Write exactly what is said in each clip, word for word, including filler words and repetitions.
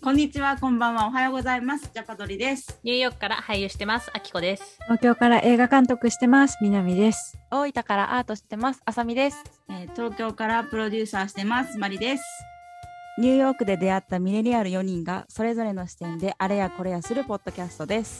こんにちは、こんばんは、おはようございます。ジャパドリです。 ニューヨークから俳優してます、あきこです。 東京から映画監督してます、みなみです。 大分からアートしてます、あさみです。 えー、東京からプロデューサーしてます、まりです。 ニューヨークで出会ったミレニアルよにんがそれぞれの視点であれやこれやするポッドキャストです。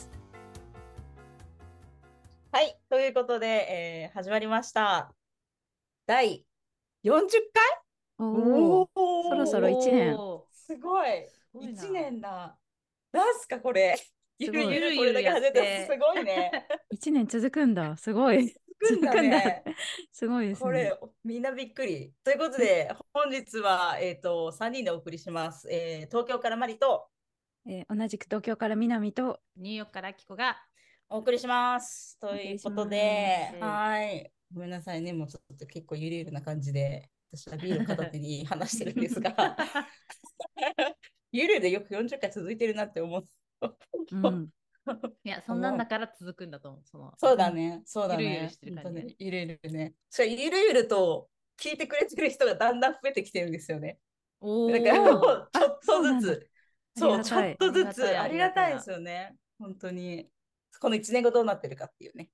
はい、ということで、えー、始まりました。だいよんじゅっかい？ おお、そろそろいちねん。 すごい。いちねんだ。なんすかこれ。ゆるゆるこれだけ始めてすごいね。 いちねん続くんだ。すごい。 続くんだね。 すごいですね。 これみんなびっくり。ということで本日は、えー、とさんにんでお送りします。えー、東京からマリと、 えー、同じく東京からみなみとニューヨークからあきこがお送りします。ということで、はい。ごめんなさいね、もうちょっと結構ゆるゆるな感じで、私はビール片手に話してるんですが、ゆるでよくよんじゅっかい続いてるなって思う。 うん、 いや、そんなんだから続くんだと思う。そのそうだね、そうだね。 ゆるゆるしてる感じね。 ゆるゆるね。それゆるゆると聞いてくれてる人がだんだん増えてきてるんですよね。 おだからちょっとずつ、 そう、 ちょっとずつありがたいですよね。本当に。このいちねんごどうなってるかっていうね。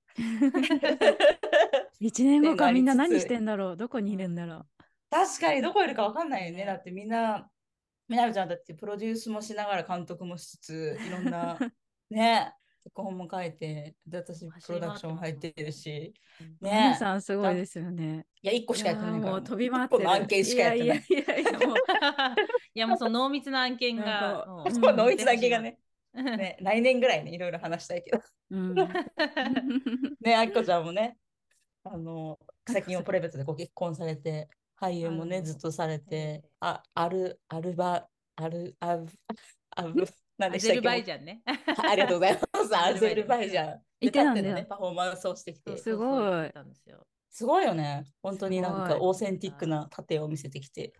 いちねんごかみんな何してんだろう、どこにいるんだろう。 確かにどこいるか分かんないよね。だってみんな、みなみちゃんだってプロデュースもしながら監督もしつつ、いろんなね、脚本も書いて、で私プロダクション入ってるし、 ね、皆さんすごいですよね。 いや、いっこしかやってないから。 もう飛び回ってる。 いっこの案件しかやってない。 いやいやいや、もう、いやもうその濃密な案件が、 そう、濃密な案件がね。ね、来年ぐらいね、いろいろ話したいけど。うん、ね、あきこちゃんもね、あの、最近をプライベートでご結婚されて、俳優もね、ずっとされて、あ、ある、あるば、ある、あぶ、あぶ、なんでしたっけ？アゼルバイジャンね。 ありがとうございます。アゼルバイジャン。 いてなんだね、パフォーマンスをしてきて。 すごい。 すごいよね。本当になんかオーセンティックな盾を見せてきて。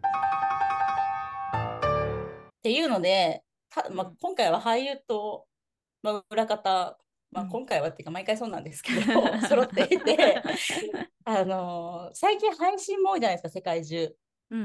っていうので、たまあ、今回は俳優と、まあ、裏方、まあ、今回はっていうか毎回そうなんですけど、うん、揃っていて、あのー、最近配信も多いじゃないですか、世界中。うん、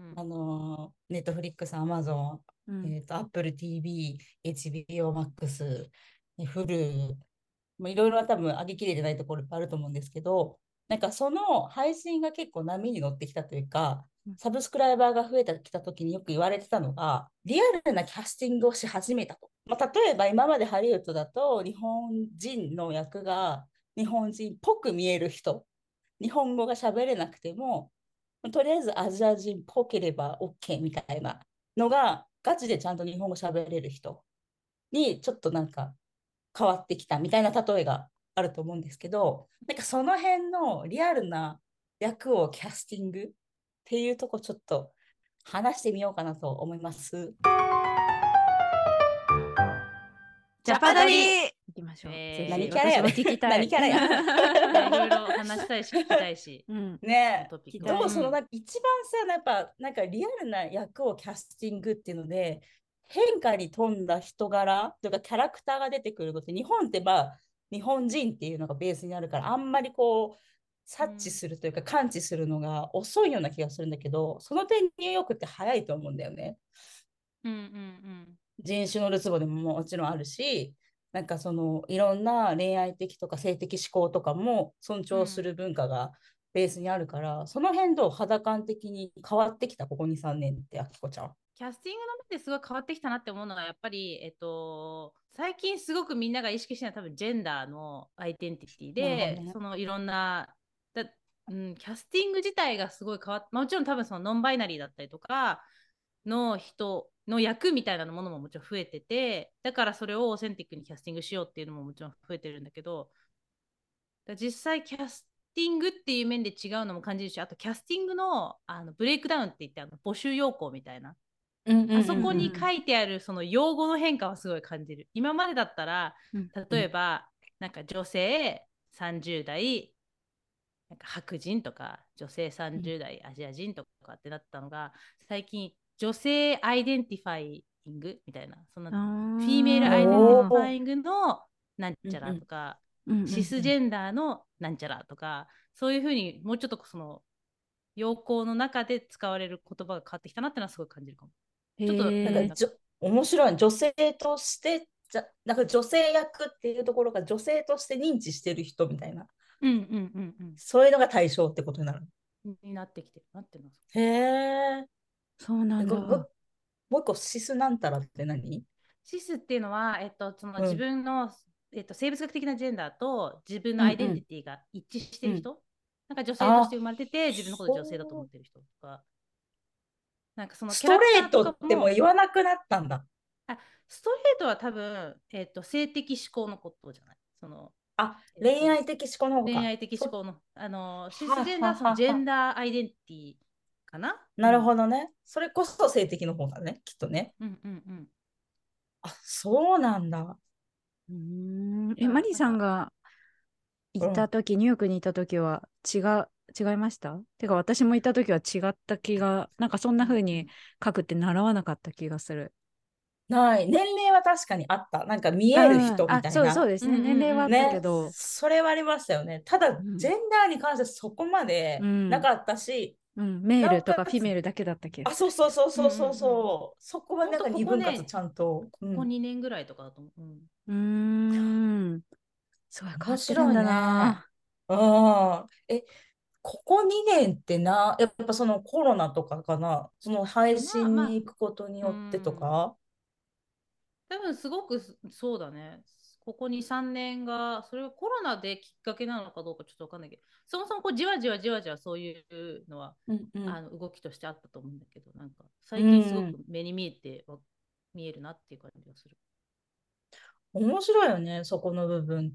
あのー、ネットフリックス、アマゾン、えっと、Apple ティーブイ、エイチビーオー Max、Hulu、いろいろ多分上げきれてないところいっぱいあると思うんですけど、なんかその配信が結構波に乗ってきたというか、サブスクライバーが増えてきた時によく言われてたのが、リアルなキャスティングをし始めたと。まあ、例えば今までハリウッドだと日本人の役が日本人っぽく見える人、日本語が喋れなくても、とりあえずアジア人っぽければ OK みたいなのが、ガチでちゃんと日本語喋れる人にちょっとなんか変わってきたみたいな例えがあると思うんですけど、なんかその辺のリアルな役をキャスティングっていうとこちょっと話してみようかなと思います。 ジャパドリ行きましょう。 えー、何キャラや、ね、 聞きたい。 何キャラや。 いろいろ話したいし聞きたいし。 うん、ねえ、どうそのなんか一番さ、やっぱなんかリアルな役をキャスティングっていうので、変化に富んだ人柄というかキャラクターが出てくることで、日本ってまあ日本人っていうのがベースにあるから、あんまりこう察知するというか感知するのが遅いような気がするんだけど、その点ニューヨークって早いと思うんだよね。 うんうんうん、 人種のるつぼでももちろんあるし、なんかそのいろんな恋愛的とか性的思考とかも尊重する文化がベースにあるから、うん、その辺どう肌感的に変わってきたここに、さんねんって、あきこちゃん。 キャスティングの面ですごい変わってきたなって思うのはやっぱり、えっと、最近すごくみんなが意識してるのは多分ジェンダーのアイデンティティで、ね、そのいろんなだ、うん、キャスティング自体がすごい変わって、もちろん多分そのノンバイナリーだったりとかの人の役みたいなものももちろん増えてて、だからそれをオーセンティックにキャスティングしようっていうのももちろん増えてるんだけど、実際キャスティングっていう面で違うのも感じるし、あとキャスティング の, あのブレイクダウンって言ってあの募集要項みたいな、あそこに書いてあるその用語の変化はすごい感じる。今までだったら例えばなんか女性さんじゅう代なんか白人とか女性さんじゅう代アジア人とかってなったのが、最近女性アイデンティファイングみたいな、そのフィメールアイデンティファイングのなんちゃらとか、シスジェンダーのなんちゃらとか、そういうふうにもうちょっとその要項の中で使われる言葉が変わってきたなってのはすごい感じるかも。 ちょっとなんか面白い。女性として、じゃ、なんか女性役っていうところが女性として認知してる人みたいな、 うんうんうんうん。 そういうのが対象ってことになる。 になってきてるなってます。 へえ。 そうなんだ。 ごごもう一個、シスなんたらって何？ シスっていうのは、えっと、その自うん。 分の、えっと、生物学的なジェンダーと自分のうんアイデンテうん。 ィティが一致してうん。 る人、なんか女性としあ、 て生まれてて、自分のことを女性だと思ほう。 ってる人とか、なんかそのスキャラクターとトレートかも、 ってもう言わなくなったんだ。 あ、ストレートは多分、えっと、性的指向のことじゃない。その、 あ、 えっと、 恋愛的思考の方か。 恋愛的指そ、 向の、あの、シスははジェンダーはそのジェンはは。 ダーアイデンティティかな。うなるん。 ほどね。それこそ性的の方だね、きっとね。 うんうんうん。 あ、そうなんだ。 うーん。え、 だから、 マリなんか、 さんがいうん。 たとき、ニューヨークにいたときは違う、違いました？てか私もいたときは違った気が、なんかそんな風にうんうん。 書くって習わなかった気がする。 ない。年齢は確かにあった。なんか見えるああ、 人みあ、そうそうたいな。 ですね。 うんうん年齢はあったけね。 ど、 それはありましたよね。ただ、 うん、 ジェンダーに関してそこまうん、 でなかったし、 うん、メーなおルとかフィかつ、 メールだけだった気があ、 する。 そうそうそううんうそうそうんうん。 そう。そこはなんかほんとこ二分割ちこね、 ゃんと。うここん。 にねんぐらいとかだと思う。うん。 うーん。そう変わ面白いってるんだね。 な。 うん。え、ここにねんってな、やっぱそのコロナとかかな、その配かな、まあ、 信に行くことにうよってとん。 か。 多分すごくそそうだね。ここに、さんねんが、それはコロナできっかけなのかどうかちょっとわかんないけど、そもそもこうじわじわじわじわそういうのはうんうん。 あの動きとしてあったと思うんだけど、なんかう最近すごん。 く目に見えてわ見えるなっていう感じがする。 面白いよね、そこの部分って。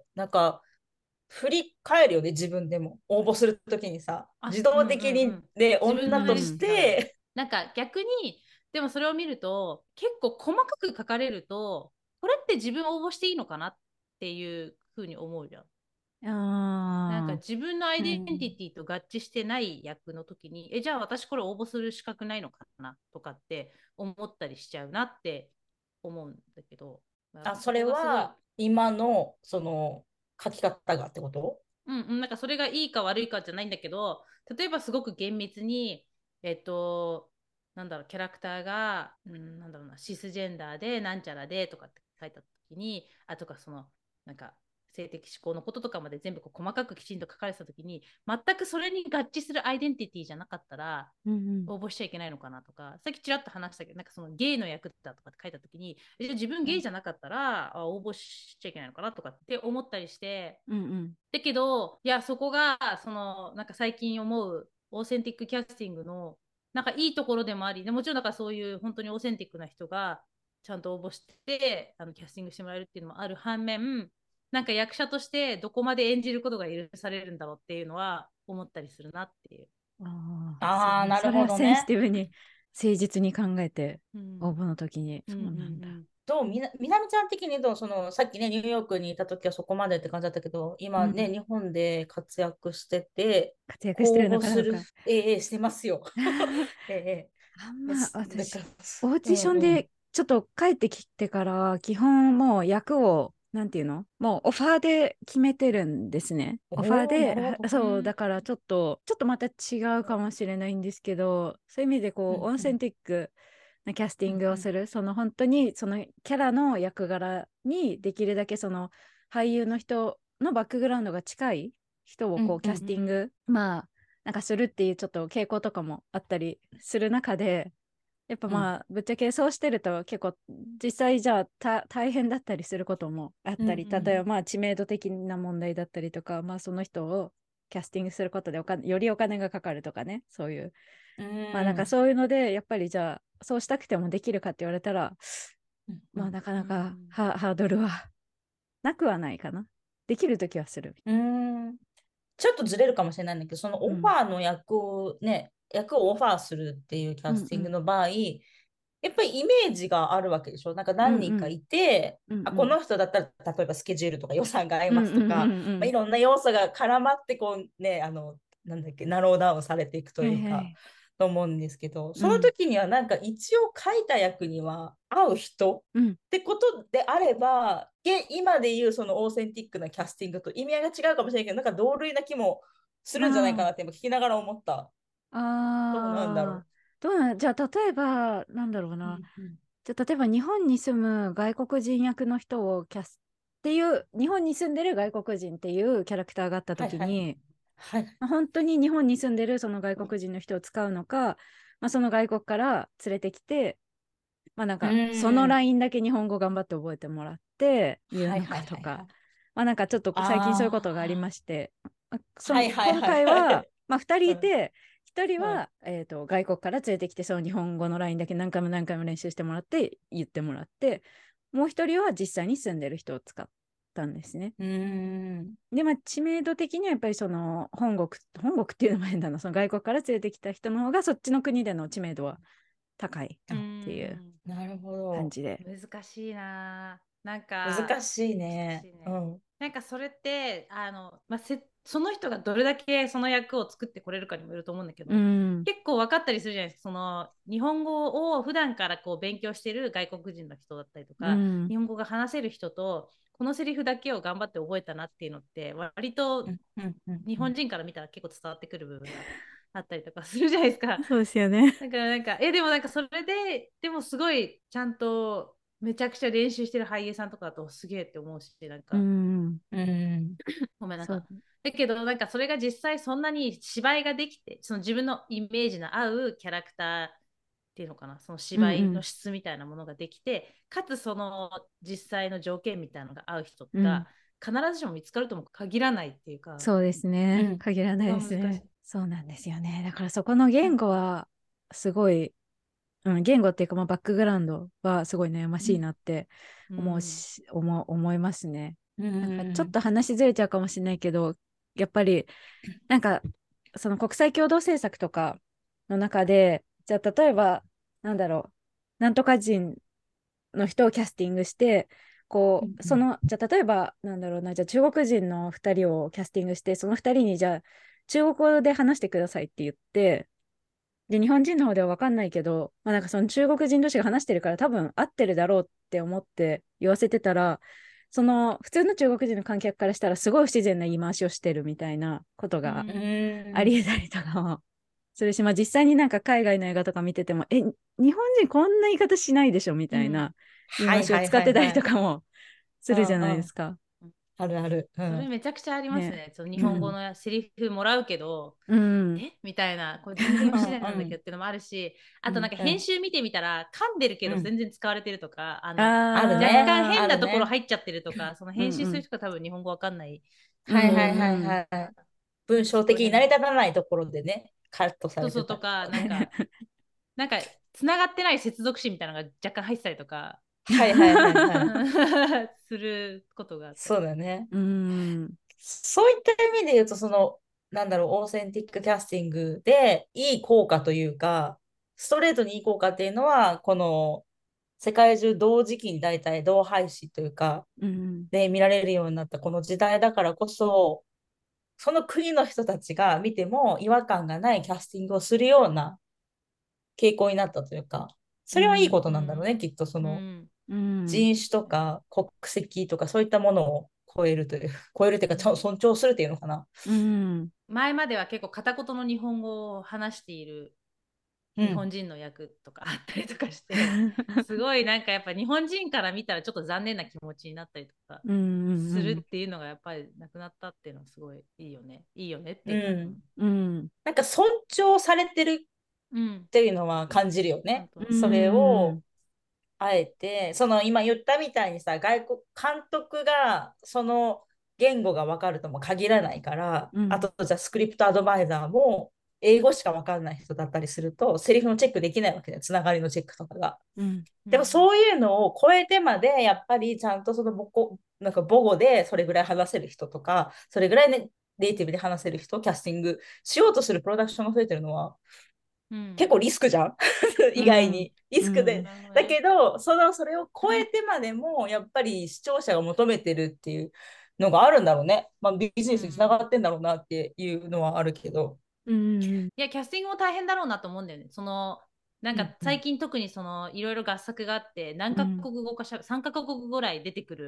なんか、振り返るよね、自分でも。応募するときにさ、 あ、 自動うんうん的に、 うん。 ね、 自分のアイデン女としティティがある。 て、 なんか逆に、でもそれを見ると、結構細かく書かれると、これって自分応募していいのかなっていうふうに思うじゃん。なんかああ、 自分のアイうデンティん、 ティと合致してない役の時に、え、じゃあ私これ応募する資格ないのかなとかって思ったりしちゃうなって思うんだけど、まあ、 あ、そそこれがすごい、 は今のその書き方がってこと？ うんうん、なんかそれがいいか悪いかじゃないんだけど、例えばすごく厳密に、えっと、なんだろう、キャラクターが、うん、なんだろうな、シスジェンダーでなんちゃらでとかって書いた時に、あとかその、なんか、性的指向のこととかまで全部こう細かくきちんと書かれてた時に、全くそれに合致するアイデンティティじゃなかったら、 うんうん。 応募しちゃいけないのかなとか、さっきちらっと話したけど、なんかそのゲイの役だとかって書いたときに、じゃあ自分ゲイじゃなかったら、あ応募しちゃいけないのかなとかって思ったりして、 うんうん。 だけど、いや、そこが、その、なんか最近思うオーセンティックキャスティングの、なんかいいところでもあり、でもちろん、だからそういう本当にオーセンティックな人がちゃんと応募して、あのキャスティングしてもらえるっていうのもある反面、なんか役者としてどこまで演じることが許されるんだろうっていうのは思ったりするなっていう。 ああ、すああ、 ごい。 なるそれはセンシほどね。 ティブに、誠実に考えて、 うん応募の時に。 うんうそうなんだ。 んどうみな、みなみちゃん的にどうその、さっきね、ニューヨークにいた時はそこまでって感じだったけど、今ね、 うん。 日本で活躍してて、 活躍して公るの募する、 かどうか。 ええええしてますよ。ええあんええま、 すなんか、 私、オーディションうんうん。 でちょっと帰ってきてから、基本もう役を、なんていうのもうオファーで決めてるんですね。オファーおお、なで、 るほど。 うはそう、 んだからちょっと、ちょっとまた違うかもしれないんですけど、そういう意味でこう、オンセンうんうんティックなキャスティンうんうんグをする、その本当にそのキャラの役柄にできるだけその俳優の人のバックグラウンドが近い人をこうキャスうんうんティング、まあ、なんかするっていうちょっと傾向とかもあったりする中で、やっぱうんまあぶっちゃけそうしてると結構実際じゃあた大変だったりすることもあっうんうたり、例えばんまあ知名度的な問題だったりとか、まあその人をキャスティングすることでお金よりお金がかかるとかね、そういううまあなんかんそういうのでやっぱりじゃあそうしたくてもできるかって言われたら、 うんうんまあなかなかうんハ、ハードルはなくはないかな。できるときはする。 うんちょっとずれるかもしれないんだけど、そのオフうん。 ァーの役をね、役をオファーするっていうキャスティングうんうん。 の場合、やっぱりイメージがあるわけでしょ。なんか何人かうんうん。 いて、あ、こうんうん。 の人だったら、例えばスケジュールとか予算が合いうんうんうんますとか、まあ、いうん。 ろんな要素が絡まって、こうね、あの、なんだっけ、ナローダウンされていくというか、 はいはい。 と思うんですけど、そのうん。 時にはなんか一応書いた役には合う人っうん。 てことであれば、げ今でいうそのオーセンティックなキャスティングと意味合いが違うかもしれないけど、なんか同類な気もするんじゃないかあなって今聞きながら思った。 あ。 どうなんだろああ。どうなん、じゃあ例えば、なんだろうう。うな。 んうんじゃあ例えば日本に住む外国人役の人をキャスっていう日本に住んでる外国人っていうキャラクターがあった時に、 はいはい本当に日本に住んでるその外国人の人を使うのか、まあ、その外国から連れてきて、まあ、なんかそのラインだけ日本語頑張って覚えてもらって言うのかとか、まあなんかちょっと最近そういうことがありまして、その今回は、まあ、ふたりいて、ひとりは、うんえーと、外国から連れてきてその日本語のラインだけ何回も何回も練習してもらって言ってもらって、もうひとりは実際に住んでる人を使ったんですね。 うんで、まあ、知名度的にはやっぱりその本国本国っていうのも変だな、その外国から連れてきた人の方がそっちの国での知名度は高いっていう感じで。 難しいな。なんか難しいね。 しいねうん、 なんかそれってあの、まあ、せその人がどれだけその役を作ってこれるかにもよると思うんだけど、 うん、 結構分かったりするじゃないですか。その日本語を普段からこう勉強してる外国人の人だったりとか、 うん、 日本語が話せる人とこのセリフだけを頑張って覚えたなっていうのって割と日本人から見たら結構伝わってくる部分があったりとかするじゃないですか。 そうですよね。 だからなんかえでもなんかそれででもすごいちゃんとめちゃくちゃ練習してる俳優さんとかだとすげえって思うし、なんか、 うんうん、 ごめんなんかだけどなんかそれが実際そんなに芝居ができて、その自分のイメージの合うキャラクターっていうのかな、その芝居の質みたいなものができて、うんうん、かつその実際の条件みたいなのが合う人が必ずしも見つかるとも限らないっていうか、 うん、そうですね、うん、限らないですね。そうなんですよね。だからそこの言語はすごい、うん、言語っていうか、まあ、バックグラウンドはすごい悩ましいなって思うし、うん、思思いますね。うん、なんかちょっと話ずれちゃうかもしれないけど、やっぱりなんかその国際共同制作とかの中で、じゃあ例えばなんだろう、なんとか人の人をキャスティングしてこう、うん、そのじゃあ例えばなんだろうな、じゃあ中国人のふたりをキャスティングして、そのふたりにじゃあ中国語で話してくださいって言って、で日本人の方では分かんないけど、まあ、なんかその中国人同士が話してるから多分合ってるだろうって思って言わせてたら、その普通の中国人の観客からしたらすごい不自然な言い回しをしてるみたいなことがありえたりとかもするし、まあ、実際になんか海外の映画とか見てても、え、日本人こんな言い方しないでしょみたいな言い回しを使ってたりとかもするじゃないですか。 あるある、 うん、それめちゃくちゃありますね。 ね、 その日本語のセリフもらうけど、 うん、 えみたいな、これ全然不自然なんだけどっていうのもあるし、あとなんか編集見てみたら、噛んでるけど全然使われてるとか、あの若干変なところ入っちゃってるとか、その編集する人が多分日本語わかんない。 はいはいはいはい。文章的に成り立たないところでね、カットされてたりとか。 そうそうとか、なんか、なんか、つながってない接続詞みたいなのが若干入ってたりとか。 はいはいはいはい。 することがあって。 そうだね。 うん。 そういった意味で言うと、その、なんだろう、オーセンティックキャスティングでいい効果というか、ストレートにいい効果っていうのは、この世界中同時期に大体同配信というか、 うん、 で見られるようになったこの時代だからこそ、その国の人たちが見ても違和感がないキャスティングをするような傾向になったというか、それはいいことなんだろうね、うん、きっとその、うん、人種とか国籍とかそういったものを超えるという、超えるというか、尊重するというのかな。 うん、前までは結構片言の日本語を話している日本人の役とかあったりとかして、うん、すごいなんかやっぱ日本人から見たらちょっと残念な気持ちになったりとかするっていうのがやっぱりなくなったっていうのはすごいいいよね。いいよねっていう、 うん、 なんか尊重されてるっていうのは感じるよね。うん、それをあえて、その今言ったみたいにさ、外国監督がその言語が分かるとも限らないから、うん、あとじゃあスクリプトアドバイザーも英語しか分かんない人だったりするとセリフのチェックできないわけだよ、つながりのチェックとかが、うん、でもそういうのを超えてまでやっぱりちゃんとその母語なんか母語でそれぐらい話せる人とか、それぐらい、ね、ネイティブで話せる人をキャスティングしようとするプロダクションが増えてるのは、うん、結構リスクじゃん意外に、うん、リスクで、うん、だけどそのそれを超えてまでもやっぱり視聴者が求めてるっていうのがあるんだろうね、まあ、ビジネスにつながってんだろうなっていうのはあるけど、 うん、いやキャスティングも大変だろうなと思うんだよね。そのなんか最近特にそのいろいろ合作があって何カ国語かしゃ、うん、さんカ国語ぐらい出てくる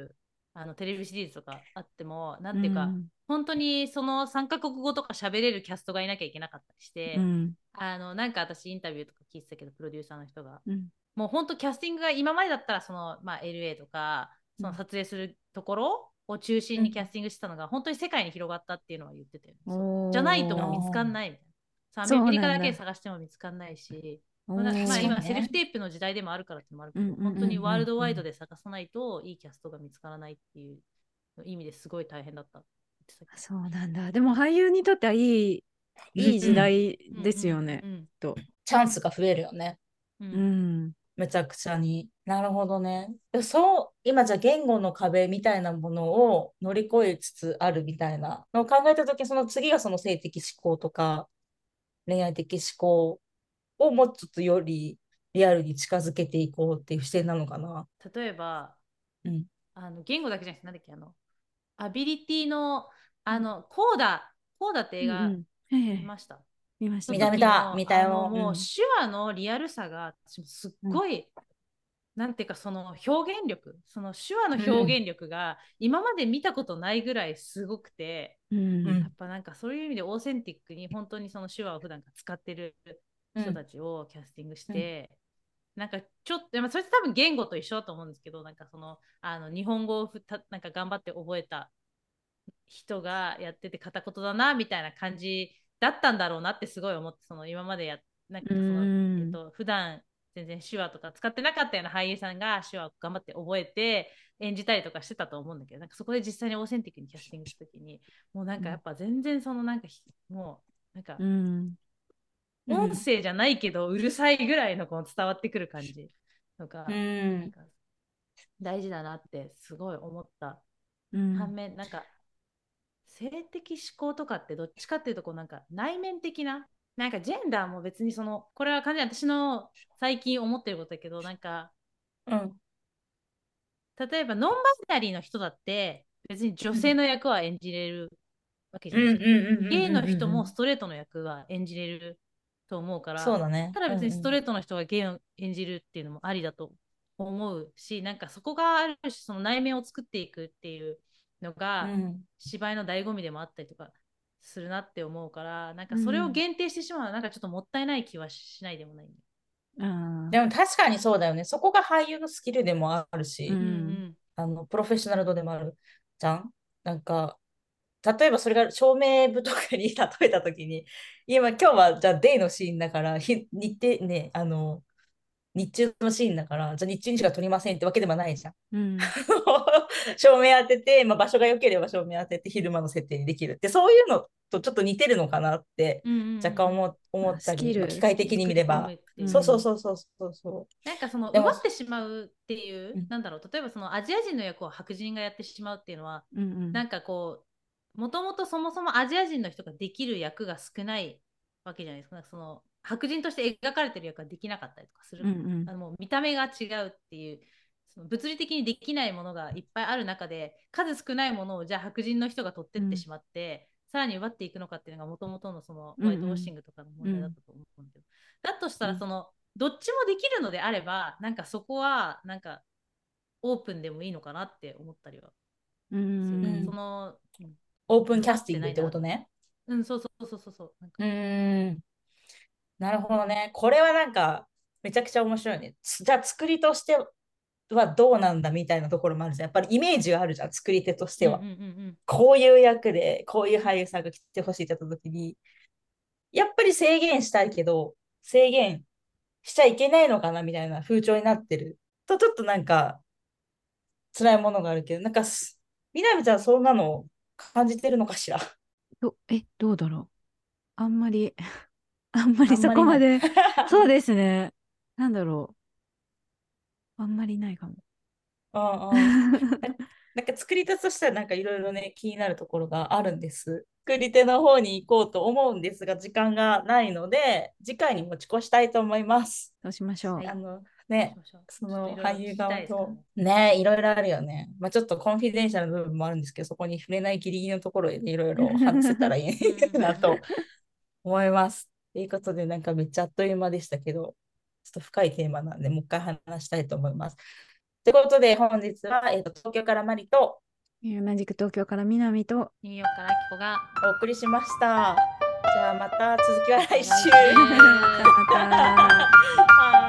あのテレビシリーズとかあっても、なんうていうか、 ん。 本当にそのさんカ国語とか喋れるキャストがいなきゃいけなかったりしうて、 ん。 あのなんか私インタビューとか聞いてたけど、プロデューサーの人が、 うん。 もう本当キャスティングが今までだったらその、まあ、エルエー とかその撮影するところを中心にキャスティングしてたのが、本当に世界に広がったっていうのは言ってたよね。そうじゃないともう見つかんないみたいな。そうアそうなんだメリカだけで探しても見つかんないし、 おまあ、まあー今セルフテープの時代でもあるからってのもあるけど、 うんうんうんうん本当にワールドワイドで探さないといいキャストが見つからないっていう意味ですごい大変だったって言ってたけど。 そうなんだ。でも俳優にとってはいい、いい時代ですよね。 うんうんと。 チャンスが増えるよね。 うんううんん。 めちゃくちゃに。なるほどね。でそう、今じゃあ言語の壁みたいなものを乗り越えつつあるみたいなのを考えたとき、その次がその性的思考とか恋愛的思考をもうちょっとよりリアルに近づけていこうっていう視点なのかな。 例えばうん。 あの言語だけじゃなくて、なんだっけ、あのアビリティのあのコーダコーダって映画うんうん。はいはい見ました？ 見ました。 その見た見た、 時の見たよ。 あのもううん。 手話のリアルさが私もすっごい、なんていうか、その表現力、その手話の表現力が今まで見たことないぐらいすごくて、 う。 うんん。 やっぱなんかそういう意味でオーセンティックに本当にその手話を普段から使ってる人たちをキャスティングして、なんかちょっと、まあそれって多分言語と一緒だと思うんですけど、なんかそのあの日本語をふたなんか頑張って覚えた人がやってて片言だなみたいな感じだったんだろうなってすごい思って、その今までやなんかうその、えっん。 と普段全然手話とか使ってなかったような俳優さんが手話を頑張って覚えて演じたりとかしてたと思うんだけど、なんかそこで実際にオーセンティックにキャスティングした時に、もうなんかやっぱ全然そのなんかもうなんかうん。 音声じゃないけどうるさいぐらいのこう伝わってくる感じとか、 うなんん。 か大事だなってすごい思ったうん反面、なんか性的思考とかってどっちかっていうとこうなんか内面的な、なんかジェンダーも別にそのこれは完全に私の最近思ってることだけど、なんかうん。 例えばノンバイナリーの人だって別に女性の役は演じれるわけじうん。 ゃないですか。 うん。うん。 ゲイのうん。うん。 人もうん。 ストレートの役は演じれると思うから、 そうだね。 ただ別にうん。うん。 ストレートの人がゲイを演じるっていうのもありだと思うし、なんかそこがある種その内面を作っていくっていうのがうん。 芝居の醍醐味でもあったりとかするなって思うから、なんかそれをうん。 限定してしまうのはなんかちょっともったいない気はしないでもないんだよ。 あでも確かにそうだよね。そこが俳優のスキルでもあるうし、 ん。 あの、プロフェッショナル度でもあるじゃん。なんか、例えばそれが照明部とかに例えたときに、今、今日はじゃあデイのシーンだから、ひ日程ね、あの、日中のシーンだから、じゃあ日中にしか撮りませんってわけでもないじゃん。 うん。 照明当てて、まあ、場所が良ければ照明当てて昼間の設定にできるって、そういうのとちょっと似てるのかなってうんうんうんうん若干思思ったり、 スキルまあ機械的に見れば。 うんそうそうそうそうそうそう。 なんかそのでも奪ってしまうっていう、 うんなんだろう、例えばそのアジア人の役を白人がやってしまうっていうのは、 うんうんなんかこう、もともとそもそもアジア人の人ができる役が少ないわけじゃないですか。なんかその白人として描かれてる役ができなかったりとかする。 うんうんあのもう見た目が違うっていう、その物理的にできないものがいっぱいある中で、数少ないものをじゃあ白人の人が取ってってしまって、さらに奪っていくのかっていうのがもともとのそのホワイトウォッシングとかの問題だったと思うんだけど、だとしたらその、どっちもできるのであれば、なんかそこはなんかオープンでもいいのかなって思ったりはうする。 んその、うんオープンキャスティングってことね。 うん、そうそうそうそうそう。なんかうーん。なるほどね。これはなんか、めちゃくちゃ面白いね。つじゃあ、作りとしてはどうなんだみたいなところもあるじゃん。やっぱりイメージがあるじゃん、作り手としては。 うんうんうんこういう役で、こういう俳優さんが来てほしいって言った時に、やっぱり制限したいけど、制限しちゃいけないのかなみたいな風潮になってると、ちょっとなんか、辛いものがあるけど、なんかす、みなみちゃんそんなの感じてるのかしら。 どえ、どうだろう。あんまり、あんまりそあんまりない。 こまで、そうですね。なんだろう。あんまりないかも。 うんうん。ななんか作り手としてはなんかいろいろね、気になるところがあるんです。作り手の方に行こうと思うんですが、時間がないので、次回に持ち越したいと思います。 そうしましょう。 はいあのしね、 ましょう。 そちょっとのいろいろ俳優聞きたい側とですからね。 ね、いろいろあるよね。まあちょっとコンフィデンシャルな部分もあるんですけど、そこに触れないギリギリのところでねいろいろ話せたらいいなと思います。ということで、なんかめっちゃあっという間でしたけど、ちょっと深いテーマなんで、もう一回話したいと思います。 ということで、本日は、えーと、東京からマリと同じく東京から南とニューヨークからあきこがお送りしました。じゃあまた続きは来週。 来週また。 はい